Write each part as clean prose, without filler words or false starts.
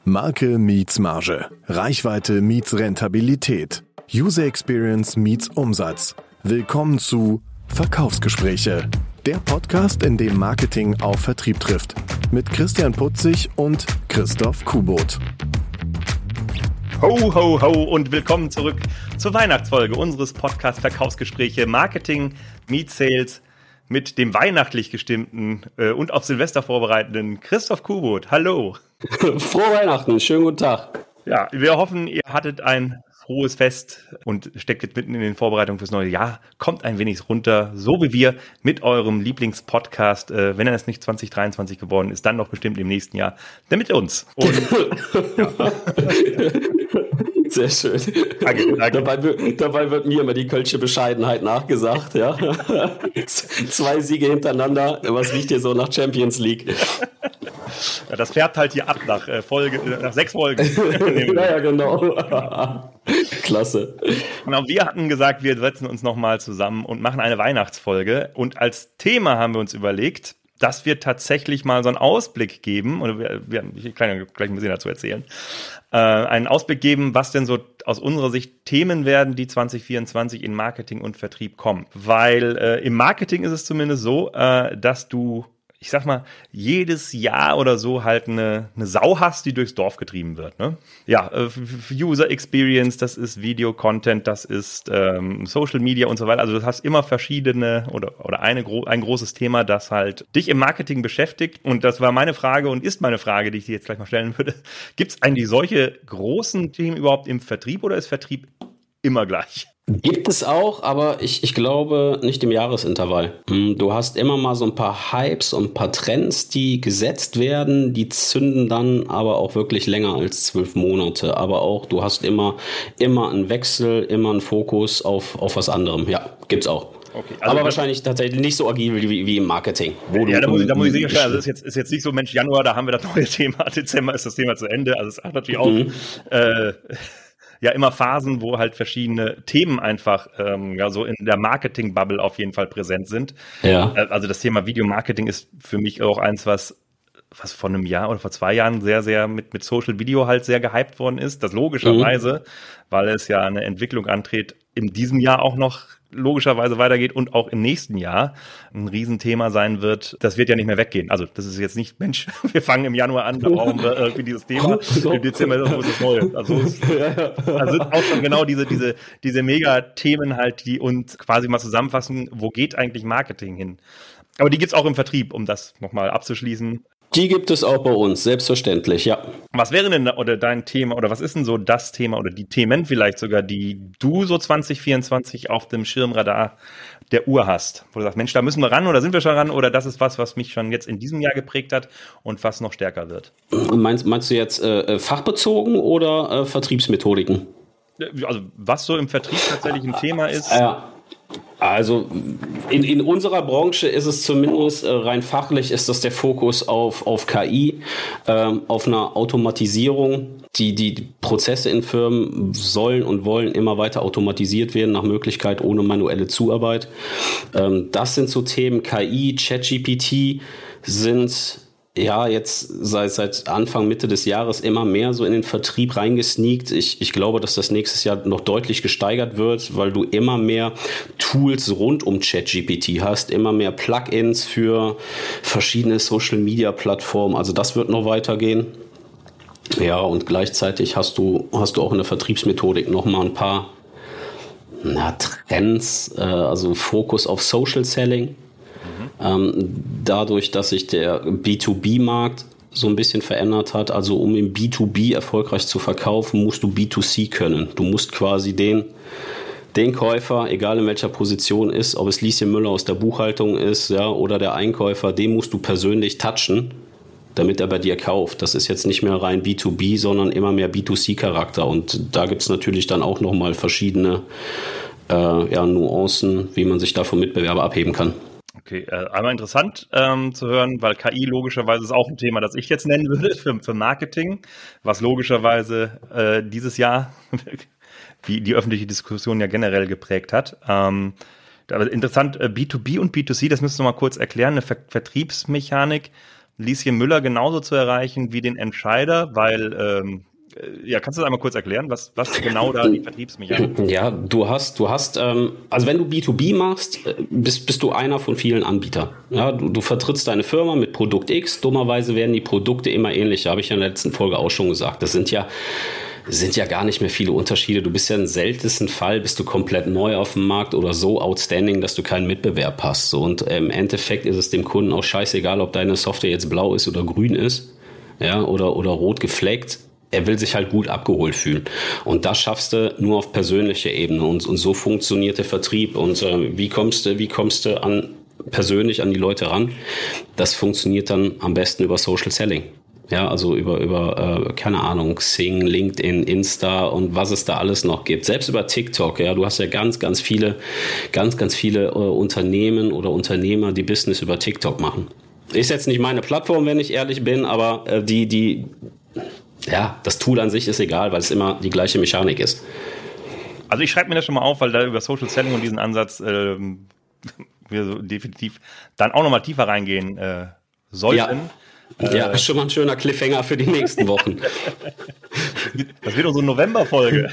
Marke meets Marge. Reichweite meets Rentabilität. User Experience meets Umsatz. Willkommen zu Verkaufsgespräche. Der Podcast, in dem Marketing auf Vertrieb trifft. Mit Christian Putzig und Christoph Kubot. Ho, ho, ho und willkommen zurück zur Weihnachtsfolge unseres Podcasts Verkaufsgespräche Marketing meets Sales mit dem weihnachtlich gestimmten und auf Silvester vorbereitenden Christoph Kubot. Hallo. Frohe Weihnachten, schönen guten Tag. Ja, wir hoffen, ihr hattet ein frohes Fest und steckt jetzt mitten in den Vorbereitungen fürs neue Jahr. Kommt ein wenig runter, so wie wir mit eurem Lieblingspodcast. Wenn er es nicht 2023 geworden ist, dann noch bestimmt im nächsten Jahr. Dann mit uns. Und, ja. Sehr schön. Danke. Dabei wird mir immer die kölsche Bescheidenheit nachgesagt. Ja. 2 Siege hintereinander. Was riecht hier so nach Champions League? Ja, das färbt halt hier ab nach 6 Folgen. Ja, genau. Klasse. Genau, wir hatten gesagt, wir setzen uns nochmal zusammen und machen eine Weihnachtsfolge. Und als Thema haben wir uns überlegt, dass wir tatsächlich mal so einen Ausblick geben, oder ich kann gleich ein bisschen dazu erzählen, einen Ausblick geben, was denn so aus unserer Sicht Themen werden, die 2024 in Marketing und Vertrieb kommen. Weil im Marketing ist es zumindest so, dass du, ich sag mal, jedes Jahr oder so halt eine Sau hast, die durchs Dorf getrieben wird. Ne? Ja, User Experience, das ist Video-Content, das ist Social Media und so weiter. Also du hast immer verschiedene oder ein großes Thema, das halt dich im Marketing beschäftigt. Und das war meine Frage und ist meine Frage, die ich dir jetzt gleich mal stellen würde. Gibt es eigentlich solche großen Themen überhaupt im Vertrieb oder ist Vertrieb immer gleich? Gibt es auch, aber ich glaube nicht im Jahresintervall. Du hast immer mal so ein paar Hypes und ein paar Trends, die gesetzt werden, die zünden dann aber auch wirklich länger als 12 Monate. Aber auch, du hast immer einen Wechsel, immer einen Fokus auf was anderem. Ja, gibt's auch. Okay, also aber wahrscheinlich tatsächlich nicht so agil wie im Marketing. Da muss ich sicherstellen, also ist jetzt nicht so, Mensch, Januar, da haben wir das neue Thema, Dezember ist das Thema zu Ende. Also es hat natürlich auch ja immer Phasen, wo halt verschiedene Themen einfach so in der Marketing-Bubble auf jeden Fall präsent sind. Ja. Also das Thema Videomarketing ist für mich auch eins, was vor einem Jahr oder vor 2 Jahren sehr, sehr mit Social Video halt sehr gehypt worden ist. Das logischerweise, weil es ja eine Entwicklung antritt, in diesem Jahr auch noch logischerweise weitergeht und auch im nächsten Jahr ein Riesenthema sein wird. Das wird ja nicht mehr weggehen. Also das ist jetzt nicht, Mensch, wir fangen im Januar an, da brauchen wir irgendwie dieses Thema. Im Dezember ist das Neue. Also auch schon genau diese Mega-Themen halt, die uns quasi mal zusammenfassen, wo geht eigentlich Marketing hin? Aber die gibt's auch im Vertrieb, um das nochmal abzuschließen. Die gibt es auch bei uns, selbstverständlich, ja. Was wäre denn dein Thema oder was ist denn so das Thema oder die Themen vielleicht sogar, die du so 2024 auf dem Schirmradar der Uhr hast? Wo du sagst, Mensch, da müssen wir ran oder sind wir schon ran oder das ist was mich schon jetzt in diesem Jahr geprägt hat und was noch stärker wird? Meinst du jetzt fachbezogen oder Vertriebsmethodiken? Also was so im Vertrieb tatsächlich ein Thema ist? Ja. Also in unserer Branche ist es zumindest rein fachlich, ist das der Fokus auf KI, auf einer Automatisierung. Die Prozesse in Firmen sollen und wollen immer weiter automatisiert werden, nach Möglichkeit ohne manuelle Zuarbeit. Das sind so Themen, KI, ChatGPT sind ja jetzt seit Anfang, Mitte des Jahres immer mehr so in den Vertrieb reingesneakt. Ich glaube, dass das nächstes Jahr noch deutlich gesteigert wird, weil du immer mehr Tools rund um ChatGPT hast, immer mehr Plugins für verschiedene Social-Media-Plattformen. Also das wird noch weitergehen. Ja, und gleichzeitig hast du auch in der Vertriebsmethodik noch mal ein paar Trends, also Fokus auf Social Selling. Dadurch, dass sich der B2B-Markt so ein bisschen verändert hat, also um im B2B erfolgreich zu verkaufen, musst du B2C können. Du musst quasi den Käufer, egal in welcher Position ist, ob es Lieschen Müller aus der Buchhaltung ist, ja, oder der Einkäufer, den musst du persönlich touchen, damit er bei dir kauft. Das ist jetzt nicht mehr rein B2B, sondern immer mehr B2C-Charakter. Und da gibt es natürlich dann auch nochmal verschiedene Nuancen, wie man sich da vom Mitbewerber abheben kann. Okay, einmal interessant zu hören, weil KI logischerweise ist auch ein Thema, das ich jetzt nennen würde für Marketing, was logischerweise dieses Jahr wie die öffentliche Diskussion ja generell geprägt hat. Aber interessant, B2B und B2C, das müsstest du mal kurz erklären, eine Vertriebsmechanik Lieschen Müller genauso zu erreichen wie den Entscheider, weil kannst du das einmal kurz erklären, was genau da die Vertriebsmechanik? Ja, du hast, also wenn du B2B machst, bist du einer von vielen Anbietern. Ja, du vertrittst deine Firma mit Produkt X. Dummerweise werden die Produkte immer ähnlicher, habe ich ja in der letzten Folge auch schon gesagt. Das sind ja gar nicht mehr viele Unterschiede. Du bist ja im seltensten Fall, bist du komplett neu auf dem Markt oder so outstanding, dass du keinen Mitbewerb hast. So, und im Endeffekt ist es dem Kunden auch scheißegal, ob deine Software jetzt blau ist oder grün ist, ja, oder rot gefleckt. Er will sich halt gut abgeholt fühlen. Und das schaffst du nur auf persönlicher Ebene. Und so funktioniert der Vertrieb. Und wie kommst du persönlich an die Leute ran? Das funktioniert dann am besten über Social Selling. Ja, also über keine Ahnung, Xing, LinkedIn, Insta und was es da alles noch gibt. Selbst über TikTok. Ja, du hast ja ganz viele Unternehmen oder Unternehmer, die Business über TikTok machen. Ist jetzt nicht meine Plattform, wenn ich ehrlich bin, aber das Tool an sich ist egal, weil es immer die gleiche Mechanik ist. Also ich schreibe mir das schon mal auf, weil da über Social Selling und diesen Ansatz wir so definitiv dann auch nochmal tiefer reingehen sollten. Ja, ist schon mal ein schöner Cliffhanger für die nächsten Wochen. Das wird unsere November-Folge.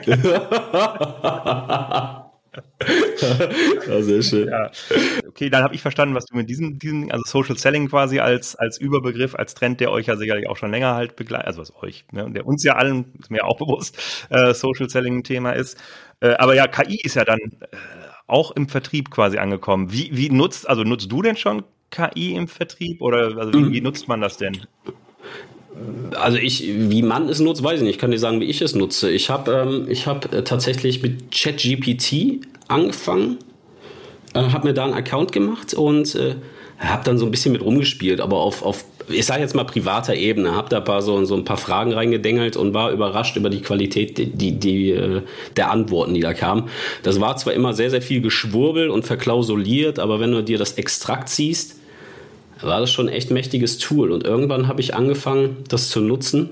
Ja, sehr schön. Ja. Okay, dann habe ich verstanden, was du mit diesem, also Social Selling quasi als Überbegriff, als Trend, der euch ja sicherlich auch schon länger halt begleitet, also was euch, ne, und der uns ja allen, ist mir ja auch bewusst, Social Selling ein Thema ist. Aber ja, KI ist ja dann auch im Vertrieb quasi angekommen. Wie nutzt du denn schon KI im Vertrieb oder also wie nutzt man das denn? Also wie man es nutzt, weiß ich nicht. Ich kann dir sagen, wie ich es nutze. Ich habe tatsächlich mit ChatGPT angefangen, habe mir da einen Account gemacht und habe dann so ein bisschen mit rumgespielt, aber auf ich sage jetzt mal privater Ebene, habe da so ein paar Fragen reingedengelt und war überrascht über die Qualität der Antworten, die da kamen. Das war zwar immer sehr, sehr viel Geschwurbel und verklausuliert, aber wenn du dir das Extrakt siehst, war das schon ein echt mächtiges Tool. Und irgendwann habe ich angefangen, das zu nutzen.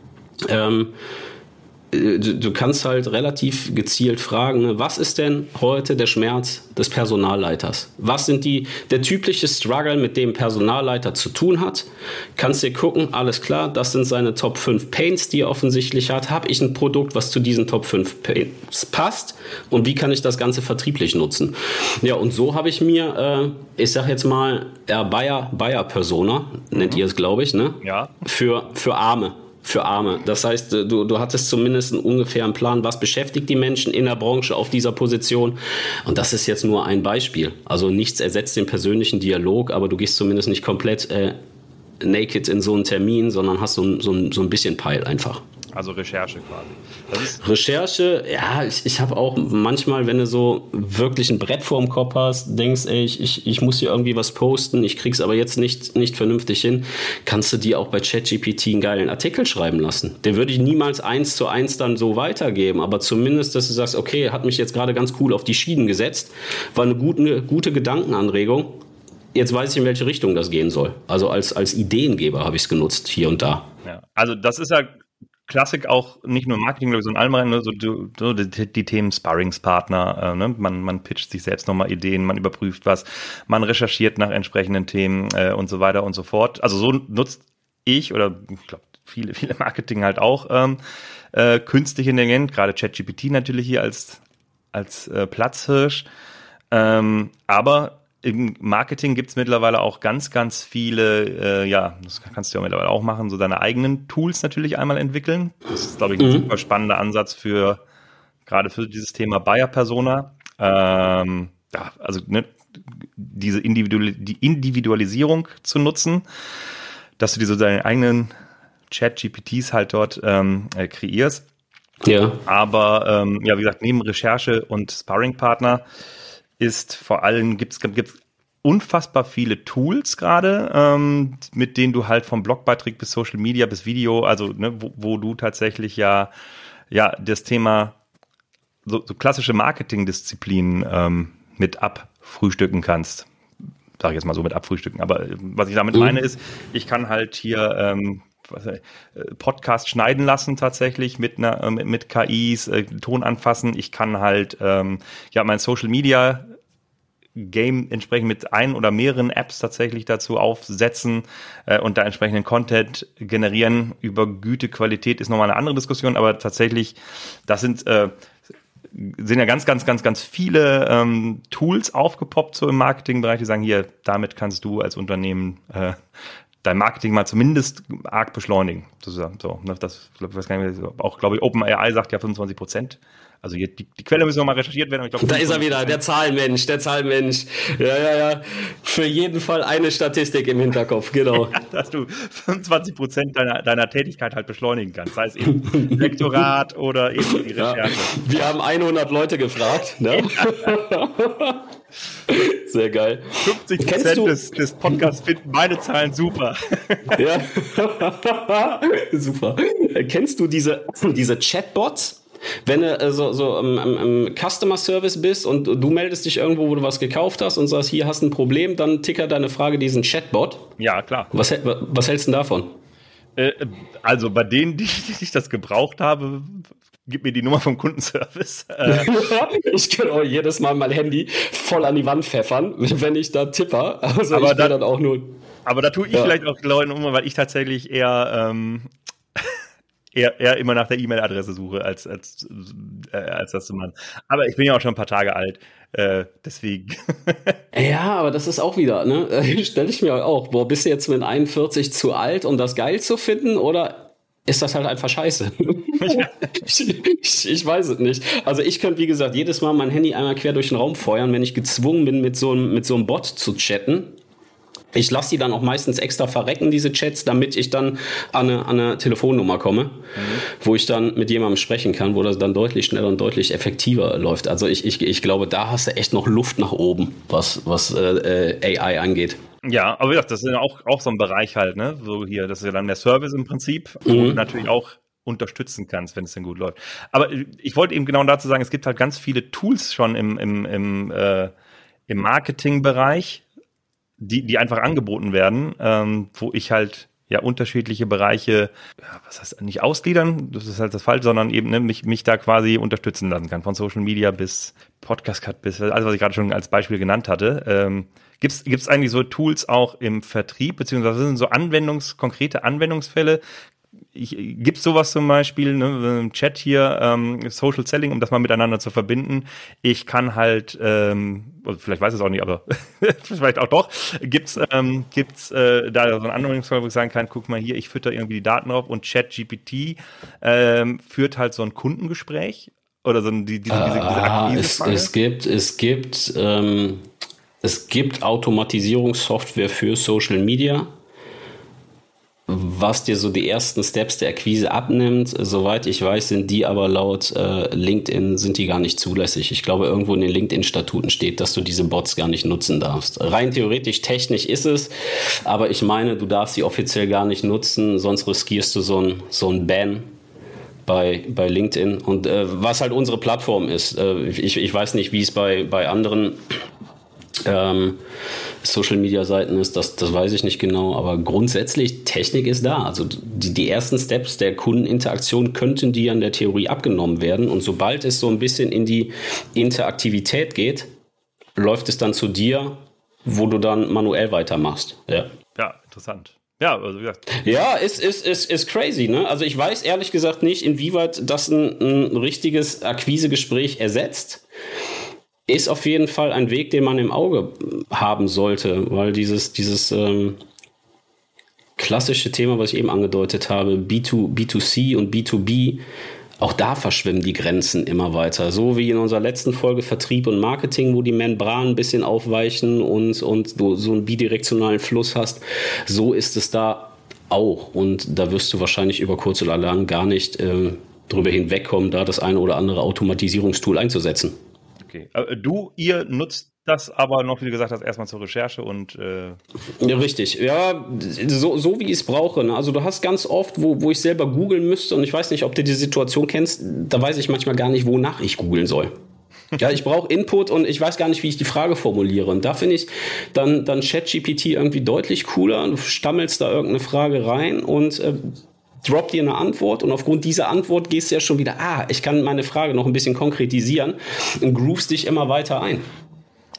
Du kannst halt relativ gezielt fragen, was ist denn heute der Schmerz des Personalleiters? Was sind der typische Struggle, mit dem Personalleiter zu tun hat? Kannst dir gucken, alles klar, das sind seine Top 5 Pains, die er offensichtlich hat. Habe ich ein Produkt, was zu diesen Top 5 Pains passt? Und wie kann ich das Ganze vertrieblich nutzen? Ja, und so habe ich mir, ich sag jetzt mal, Buyer-Persona, nennt ihr es, glaube ich, ne? Ja. Für Arme. Das heißt, du hattest zumindest einen ungefähren Plan, was beschäftigt die Menschen in der Branche auf dieser Position. Und das ist jetzt nur ein Beispiel. Also nichts ersetzt den persönlichen Dialog, aber du gehst zumindest nicht komplett naked in so einen Termin, sondern hast so ein bisschen Peil einfach. Also Recherche quasi. Recherche, ja, ich habe auch manchmal, wenn du so wirklich ein Brett vorm Kopf hast, denkst, ey, ich muss hier irgendwie was posten, ich krieg's aber jetzt nicht vernünftig hin, kannst du dir auch bei ChatGPT einen geilen Artikel schreiben lassen. Den würde ich niemals 1:1 dann so weitergeben, aber zumindest, dass du sagst, okay, hat mich jetzt gerade ganz cool auf die Schienen gesetzt, war eine gute Gedankenanregung. Jetzt weiß ich, in welche Richtung das gehen soll. Also als Ideengeber habe ich es genutzt, hier und da. Ja, also das ist ja Klassik auch nicht nur im Marketing, sondern allem so die Themen Sparringspartner, ne? Man pitcht sich selbst nochmal Ideen, man überprüft was, man recherchiert nach entsprechenden Themen und so weiter und so fort. Also so nutzt ich oder ich glaube viele Marketing halt auch künstliche Intelligenz, gerade ChatGPT natürlich hier als Platzhirsch. Aber im Marketing gibt es mittlerweile auch ganz, ganz viele, das kannst du ja mittlerweile auch machen, so deine eigenen Tools natürlich einmal entwickeln. Das ist, glaube ich, ein super spannender Ansatz gerade für dieses Thema Buyer-Persona. Also die Individualisierung zu nutzen, dass du deine eigenen Chat-GPTs halt dort kreierst. Ja. Aber, wie gesagt, neben Recherche und Sparring-Partner ist vor allem, gibt's unfassbar viele Tools gerade, mit denen du halt vom Blogbeitrag bis Social Media bis Video, also ne, wo du tatsächlich ja das Thema so klassische Marketingdisziplinen mit abfrühstücken kannst. Sag ich jetzt mal so mit abfrühstücken. Aber was ich damit meine ist, ich kann halt hier Podcast schneiden lassen tatsächlich mit KIs, Ton anfassen. Ich kann halt mein Social Media Game entsprechend mit ein oder mehreren Apps tatsächlich dazu aufsetzen und da entsprechenden Content generieren. Über Güte, Qualität ist nochmal eine andere Diskussion, aber tatsächlich, das sind ja ganz viele Tools aufgepoppt so im Marketingbereich, die sagen, hier, damit kannst du als Unternehmen dein Marketing mal zumindest arg beschleunigen. Sozusagen. So, das, ich weiß gar nicht, auch, glaube ich, OpenAI sagt ja 25%. Also hier, die Quelle müssen nochmal recherchiert werden. Aber ich glaub, da ist er wieder, der Zahlenmensch. Ja. Für jeden Fall eine Statistik im Hinterkopf, genau. Ja, dass du 25% deiner Tätigkeit halt beschleunigen kannst. Sei es eben Lektorat oder eben die Recherche. Ja. Wir haben 100 Leute gefragt. Ne? Ja. Sehr geil. 50% des Podcasts finden meine Zahlen super. Ja. Super. Kennst du diese Chatbots? Wenn du so im Customer Service bist und du meldest dich irgendwo, wo du was gekauft hast und sagst, hier hast du ein Problem, dann tickert deine Frage diesen Chatbot. Ja, klar. Was hältst du denn davon? Also bei denen, die ich das gebraucht habe, gib mir die Nummer vom Kundenservice. Ich kann auch jedes Mal mein Handy voll an die Wand pfeffern, wenn ich da tipper. Also aber ich will dann auch nur. Aber da tue ich vielleicht auch Leuten um, weil ich tatsächlich eher immer nach der E-Mail-Adresse suche, als das zu machen. Aber ich bin ja auch schon ein paar Tage alt, deswegen. Ja, aber das ist auch wieder, ne? Stelle ich mir auch, bist du jetzt mit 41 zu alt, um das geil zu finden, oder ist das halt einfach scheiße? Ich weiß es nicht. Also ich könnte, wie gesagt, jedes Mal mein Handy einmal quer durch den Raum feuern, wenn ich gezwungen bin, mit so einem Bot zu chatten. Ich lasse die dann auch meistens extra verrecken, diese Chats, damit ich dann an eine Telefonnummer komme, wo ich dann mit jemandem sprechen kann, wo das dann deutlich schneller und deutlich effektiver läuft. Also ich glaube, da hast du echt noch Luft nach oben, was AI angeht. Ja, aber wie gesagt, das ist ja auch so ein Bereich halt, ne? So hier, das ist ja dann der Service im Prinzip, wo du natürlich auch unterstützen kannst, wenn es denn gut läuft. Aber ich wollte eben genau dazu sagen, es gibt halt ganz viele Tools schon im Marketingbereich, die einfach angeboten werden, wo ich halt ja unterschiedliche Bereiche, was heißt nicht ausgliedern, das ist halt das Falsche, sondern eben mich da quasi unterstützen lassen kann, von Social Media bis Podcast Cut bis alles, was ich gerade schon als Beispiel genannt hatte. Gibt's eigentlich so Tools auch im Vertrieb, beziehungsweise sind so konkrete Anwendungsfälle? Gibt es sowas zum Beispiel, ne, im Chat hier, Social Selling, um das mal miteinander zu verbinden? Ich kann halt, vielleicht weiß ich es auch nicht, aber vielleicht auch doch, gibt's da so einen Anwendungsfall, wo ich sagen kann, guck mal hier, ich fütter irgendwie die Daten drauf und ChatGPT führt halt so ein Kundengespräch oder so diese Akquise-Frage? Es gibt Automatisierungssoftware für Social Media, was dir so die ersten Steps der Akquise abnimmt. Soweit ich weiß, sind die aber laut LinkedIn sind die gar nicht zulässig. Ich glaube, irgendwo in den LinkedIn-Statuten steht, dass du diese Bots gar nicht nutzen darfst. Rein theoretisch, technisch ist es, aber ich meine, du darfst sie offiziell gar nicht nutzen, sonst riskierst du so ein Ban bei LinkedIn. Und was halt unsere Plattform ist, ich weiß nicht, wie es bei anderen Social-Media-Seiten ist, das weiß ich nicht genau, aber grundsätzlich, Technik ist da. Also die ersten Steps der Kundeninteraktion könnten die an der Theorie abgenommen werden, und sobald es so ein bisschen in die Interaktivität geht, läuft es dann zu dir, wo du dann manuell weitermachst. Ja, interessant. Ja, also wie gesagt. Ja, ist crazy, ne? Also ich weiß ehrlich gesagt nicht, inwieweit das ein richtiges Akquisegespräch ersetzt. Ist auf jeden Fall ein Weg, den man im Auge haben sollte, weil dieses klassische Thema, was ich eben angedeutet habe, B2C und B2B, auch da verschwimmen die Grenzen immer weiter. So wie in unserer letzten Folge Vertrieb und Marketing, wo die Membranen ein bisschen aufweichen und du so einen bidirektionalen Fluss hast, so ist es da auch. Und da wirst du wahrscheinlich über kurz oder lang gar nicht drüber hinwegkommen, da das eine oder andere Automatisierungstool einzusetzen. Okay. Ihr nutzt das aber noch, wie du gesagt hast, erstmal zur Recherche und Ja, richtig. Ja, so wie ich es brauche. Ne? Also du hast ganz oft, wo ich selber googeln müsste, und ich weiß nicht, ob du die Situation kennst, da weiß ich manchmal gar nicht, wonach ich googeln soll. Ja, ich brauche Input und ich weiß gar nicht, wie ich die Frage formuliere. Und da finde ich dann ChatGPT irgendwie deutlich cooler. Du stammelst da irgendeine Frage rein und droppt dir eine Antwort, und aufgrund dieser Antwort gehst du ja schon wieder, ich kann meine Frage noch ein bisschen konkretisieren, und groovst dich immer weiter ein.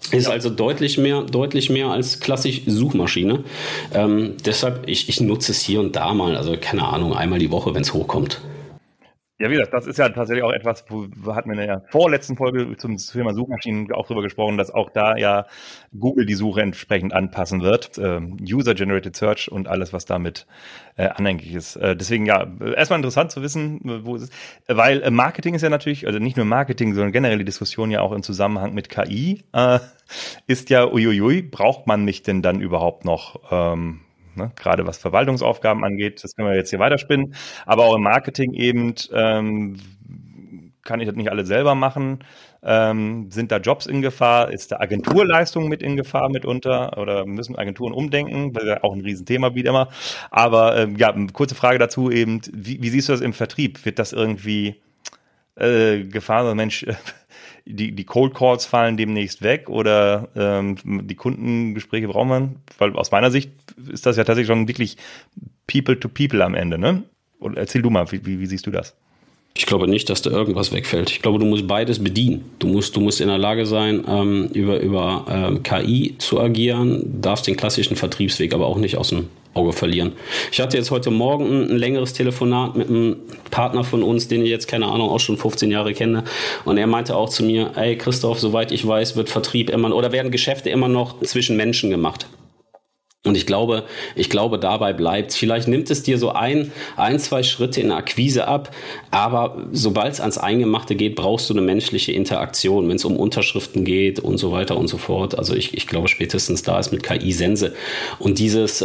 Ist also deutlich mehr als klassisch Suchmaschine. Deshalb, ich nutze es hier und da mal, also keine Ahnung, einmal die Woche, wenn es hochkommt. Ja, wie gesagt, das ist ja tatsächlich auch etwas, wo hatten wir in der vorletzten Folge zum Thema Suchmaschinen auch drüber gesprochen, dass auch da ja Google die Suche entsprechend anpassen wird. User-Generated Search und alles, was damit anhängig ist. Deswegen ja, erstmal interessant zu wissen, wo es ist. Weil Marketing ist ja natürlich, also nicht nur Marketing, sondern generell die Diskussion ja auch im Zusammenhang mit KI, ist ja, uiuiui, braucht man mich denn dann überhaupt noch, gerade was Verwaltungsaufgaben angeht, das können wir jetzt hier weiterspinnen, aber auch im Marketing eben kann ich das nicht alles selber machen. Sind da Jobs in Gefahr? Ist da Agenturleistung mit in Gefahr mitunter? Oder müssen Agenturen umdenken? Das ist ja auch ein Riesenthema wie immer. Aber ja, kurze Frage dazu eben, wie siehst du das im Vertrieb? Wird das irgendwie Gefahr, Mensch, die Cold Calls fallen demnächst weg oder die Kundengespräche braucht man? Weil aus meiner Sicht ist das ja tatsächlich schon wirklich People to People am Ende, ne? Und erzähl du mal, wie siehst du das? Ich glaube nicht, dass da irgendwas wegfällt. Ich glaube, du musst beides bedienen. Du musst in der Lage sein, über KI zu agieren, darfst den klassischen Vertriebsweg aber auch nicht aus dem Auge verlieren. Ich hatte jetzt heute Morgen ein längeres Telefonat mit einem Partner von uns, den ich jetzt, keine Ahnung, auch schon 15 Jahre kenne. Und er meinte auch zu mir, ey Christoph, soweit ich weiß, wird Vertrieb werden Geschäfte immer noch zwischen Menschen gemacht. Und ich glaube, dabei bleibt. Vielleicht nimmt es dir so ein, zwei Schritte in der Akquise ab, aber sobald es ans Eingemachte geht, brauchst du eine menschliche Interaktion, wenn es um Unterschriften geht und so weiter und so fort. Also ich glaube, spätestens da ist mit KI Sense. Und diese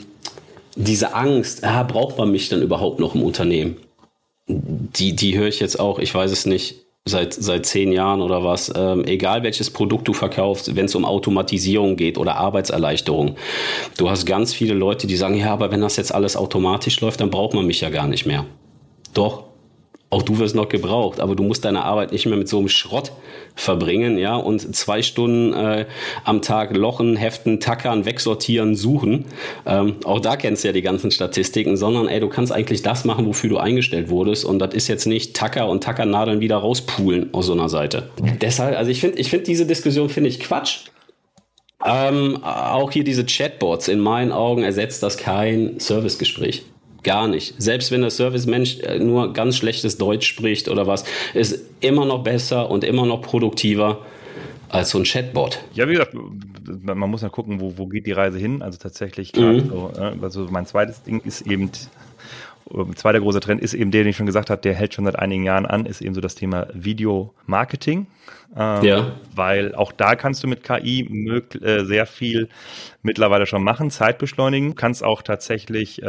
Angst, braucht man mich dann überhaupt noch im Unternehmen? Die höre ich jetzt auch, ich weiß es nicht, seit 10 Jahren oder was, egal welches Produkt du verkaufst, wenn es um Automatisierung geht oder Arbeitserleichterung. Du hast ganz viele Leute, die sagen, ja, aber wenn das jetzt alles automatisch läuft, dann braucht man mich ja gar nicht mehr. Doch, auch du wirst noch gebraucht, aber du musst deine Arbeit nicht mehr mit so einem Schrott verbringen, ja, und 2 Stunden am Tag lochen, heften, tackern, wegsortieren, suchen. Auch da kennst du ja die ganzen Statistiken, sondern du kannst eigentlich das machen, wofür du eingestellt wurdest, und das ist jetzt nicht Tacker und Tackernadeln wieder rauspulen aus so einer Seite. Deshalb, also ich finde diese Diskussion finde ich Quatsch. Auch hier diese Chatbots, in meinen Augen ersetzt das kein Servicegespräch. Gar nicht. Selbst wenn der Servicemensch nur ganz schlechtes Deutsch spricht oder was, ist immer noch besser und immer noch produktiver als so ein Chatbot. Ja, wie gesagt, man muss ja gucken, wo geht die Reise hin. Also tatsächlich, so, also mein zweites Ding ist eben, zweiter großer Trend ist eben der, den ich schon gesagt habe, der hält schon seit einigen Jahren an, ist eben so das Thema Video-Marketing. Weil auch da kannst du mit KI sehr viel mittlerweile schon machen, Zeit beschleunigen. Du kannst auch tatsächlich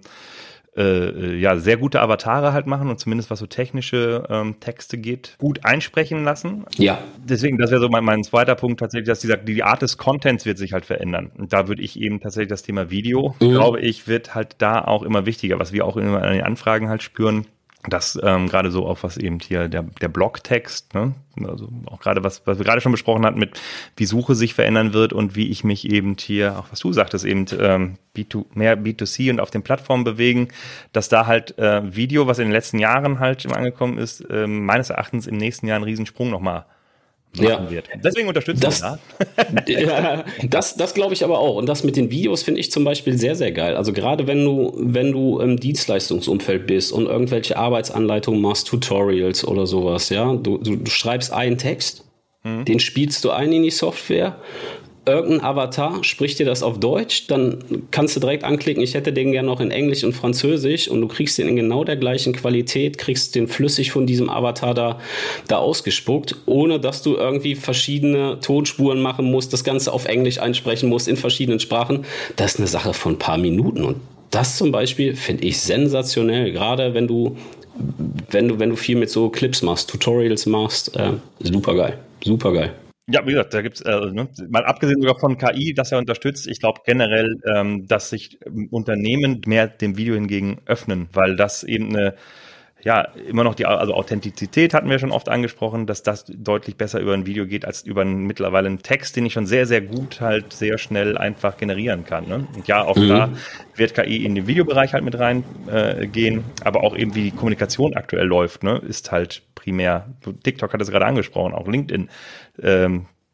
sehr gute Avatare halt machen und zumindest was so technische Texte geht, gut einsprechen lassen. Ja. Deswegen, das wäre so mein zweiter Punkt tatsächlich, dass die Art des Contents wird sich halt verändern. Und da würde ich eben tatsächlich das Thema Video, glaube ich, wird halt da auch immer wichtiger, was wir auch immer an den Anfragen halt spüren. Das gerade so auf was eben hier der Blogtext, ne? Also auch gerade was wir gerade schon besprochen hatten mit wie Suche sich verändern wird und wie ich mich eben hier, auch was du sagtest, eben mehr B2C und auf den Plattformen bewegen, dass da halt Video, was in den letzten Jahren halt immer angekommen ist, meines Erachtens im nächsten Jahr einen Riesensprung nochmal machen wird. Deswegen unterstützen wir da. Ja, das glaube ich aber auch. Und das mit den Videos finde ich zum Beispiel sehr, sehr geil. Also gerade wenn du im Dienstleistungsumfeld bist und irgendwelche Arbeitsanleitungen machst, Tutorials oder sowas, ja, du schreibst einen Text, den spielst du ein in die Software, irgendein Avatar spricht dir das auf Deutsch, dann kannst du direkt anklicken, ich hätte den gerne noch in Englisch und Französisch, und du kriegst den in genau der gleichen Qualität, kriegst den flüssig von diesem Avatar da ausgespuckt, ohne dass du irgendwie verschiedene Tonspuren machen musst, das Ganze auf Englisch einsprechen musst, in verschiedenen Sprachen. Das ist eine Sache von ein paar Minuten, und das zum Beispiel finde ich sensationell, gerade wenn du viel mit so Clips machst, Tutorials machst, super geil. Ja, wie gesagt, da gibt's mal abgesehen sogar von KI, das ja unterstützt. Ich glaube generell, dass sich Unternehmen mehr dem Video hingegen öffnen, weil das eben immer noch also Authentizität hatten wir schon oft angesprochen, dass das deutlich besser über ein Video geht als über mittlerweile einen Text, den ich schon sehr, sehr gut halt sehr schnell einfach generieren kann. Ne? Und ja, auch da wird KI in den Videobereich halt mit rein gehen, aber auch eben wie die Kommunikation aktuell läuft, ne, ist halt primär, TikTok hat es gerade angesprochen, auch LinkedIn,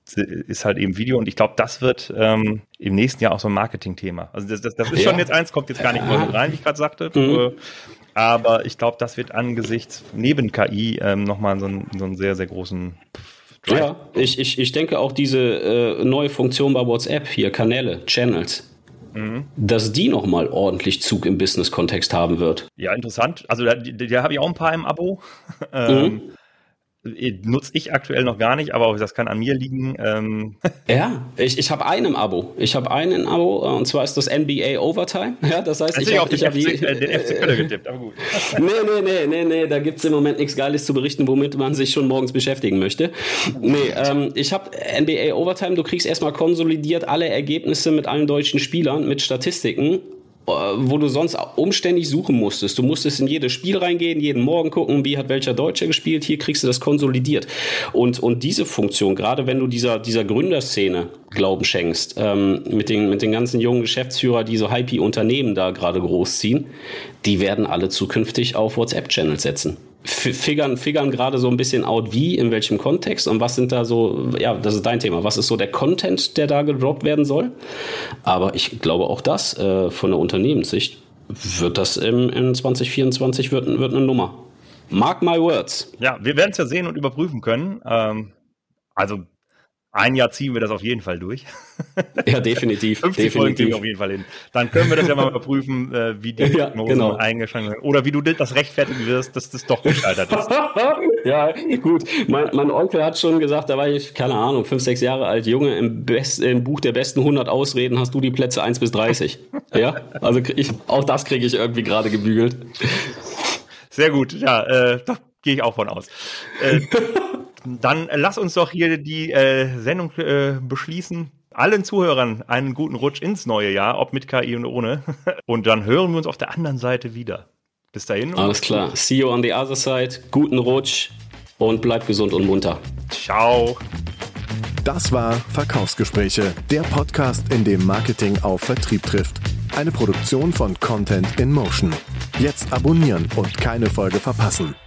ist halt eben Video und ich glaube, das wird im nächsten Jahr auch so ein Marketing-Thema. Also das ist schon jetzt eins, kommt jetzt gar nicht mehr mit rein, wie ich gerade sagte. Aber ich glaube, das wird angesichts neben KI nochmal so einen sehr, sehr großen Drive. Ja, ich denke auch diese neue Funktion bei WhatsApp hier, Kanäle, Channels, dass die nochmal ordentlich Zug im Business-Kontext haben wird. Ja, interessant. Also da habe ich auch ein paar im Abo. Nutze ich aktuell noch gar nicht, aber auch das kann an mir liegen. Ja, ich habe einen im Abo. Ich habe einen im Abo, und zwar ist das NBA Overtime. Ja, das heißt, ich habe den FC Köln getippt, aber gut. Nee, da gibt's im Moment nichts Geiles zu berichten, womit man sich schon morgens beschäftigen möchte. Ich habe NBA Overtime, du kriegst erstmal konsolidiert alle Ergebnisse mit allen deutschen Spielern, mit Statistiken, wo du sonst umständlich suchen musstest. Du musstest in jedes Spiel reingehen, jeden Morgen gucken, wie hat welcher Deutscher gespielt. Hier kriegst du das konsolidiert. Und diese Funktion, gerade wenn du dieser Gründerszene Glauben schenkst, mit den ganzen jungen Geschäftsführern, die so Hype-Unternehmen da gerade großziehen, die werden alle zukünftig auf WhatsApp-Channels setzen. Figern gerade so ein bisschen out, wie, in welchem Kontext und was sind da so, ja, das ist dein Thema, was ist so der Content, der da gedroppt werden soll, aber ich glaube auch das, von der Unternehmenssicht, wird das in 2024 wird eine Nummer. Mark my words. Ja, wir werden es ja sehen und überprüfen können, also ein Jahr ziehen wir das auf jeden Fall durch. Ja, definitiv. 50 Folgen kriegen wir auf jeden Fall hin. Dann können wir das ja mal überprüfen, wie die Prognosen eingeschränkt werden. Oder wie du das rechtfertigen wirst, dass das doch gescheitert ist. Ja, gut. Mein Onkel hat schon gesagt, da war ich, keine Ahnung, 5, 6 Jahre alt, Junge, im Buch der besten 100 Ausreden hast du die Plätze 1 bis 30. Ja, also auch das kriege ich irgendwie gerade gebügelt. Sehr gut, ja, da gehe ich auch von aus. Dann lass uns doch hier die Sendung beschließen. Allen Zuhörern einen guten Rutsch ins neue Jahr, ob mit KI und ohne. Und dann hören wir uns auf der anderen Seite wieder. Bis dahin. Alles klar. See you on the other side. Guten Rutsch und bleib gesund und munter. Ciao. Das war Verkaufsgespräche, der Podcast, in dem Marketing auf Vertrieb trifft. Eine Produktion von Content in Motion. Jetzt abonnieren und keine Folge verpassen.